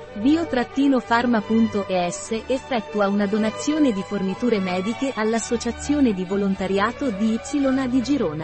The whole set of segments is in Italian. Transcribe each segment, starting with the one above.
Bio-Pharma.es effettua una donazione di forniture mediche all'Associazione di Volontariato DYA di Girona.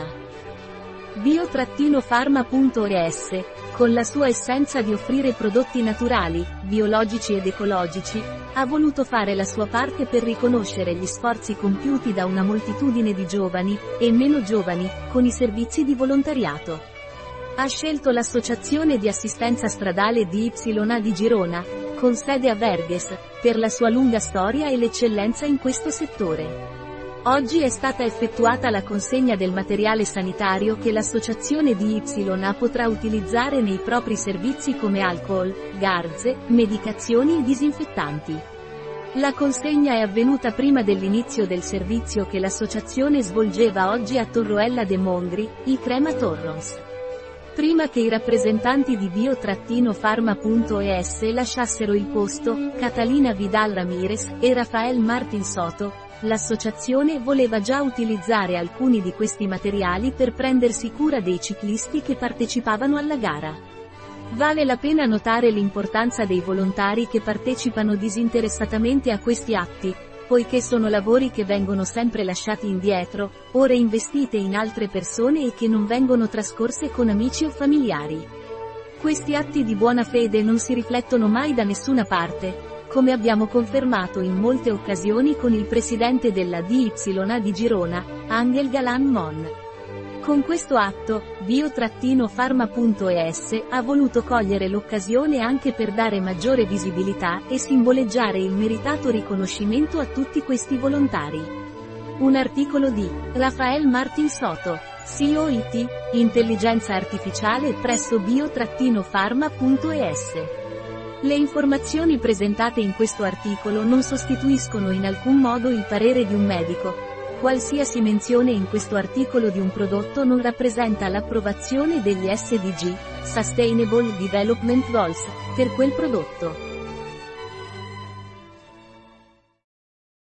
Bio-Pharma.es, con la sua essenza di offrire prodotti naturali, biologici ed ecologici, ha voluto fare la sua parte per riconoscere gli sforzi compiuti da una moltitudine di giovani, e meno giovani, con i servizi di volontariato. Ha scelto l'Associazione di Assistenza Stradale DYA di Girona, con sede a Verges, per la sua lunga storia e l'eccellenza in questo settore. Oggi è stata effettuata la consegna del materiale sanitario che l'Associazione DYA potrà utilizzare nei propri servizi come alcol, garze, medicazioni e disinfettanti. La consegna è avvenuta prima dell'inizio del servizio che l'associazione svolgeva oggi a Torroella de Montgri, i Crema Torrons. Prima che i rappresentanti di Bio-Pharma.es lasciassero il posto, Catalina Vidal Ramirez e Rafael Martin Soto, l'associazione voleva già utilizzare alcuni di questi materiali per prendersi cura dei ciclisti che partecipavano alla gara. Vale la pena notare l'importanza dei volontari che partecipano disinteressatamente a questi atti, poiché sono lavori che vengono sempre lasciati indietro, ore investite in altre persone e che non vengono trascorse con amici o familiari. Questi atti di buona fede non si riflettono mai da nessuna parte, come abbiamo confermato in molte occasioni con il presidente della DYA di Girona, Angel Galan Mon. Con questo atto, Bio-Pharma.es ha voluto cogliere l'occasione anche per dare maggiore visibilità e simboleggiare il meritato riconoscimento a tutti questi volontari. Un articolo di Rafael Martin Soto, COIT, Intelligenza Artificiale presso Bio-Pharma.es. Le informazioni presentate in questo articolo non sostituiscono in alcun modo il parere di un medico. Qualsiasi menzione in questo articolo di un prodotto non rappresenta l'approvazione degli SDG, Sustainable Development Goals, per quel prodotto.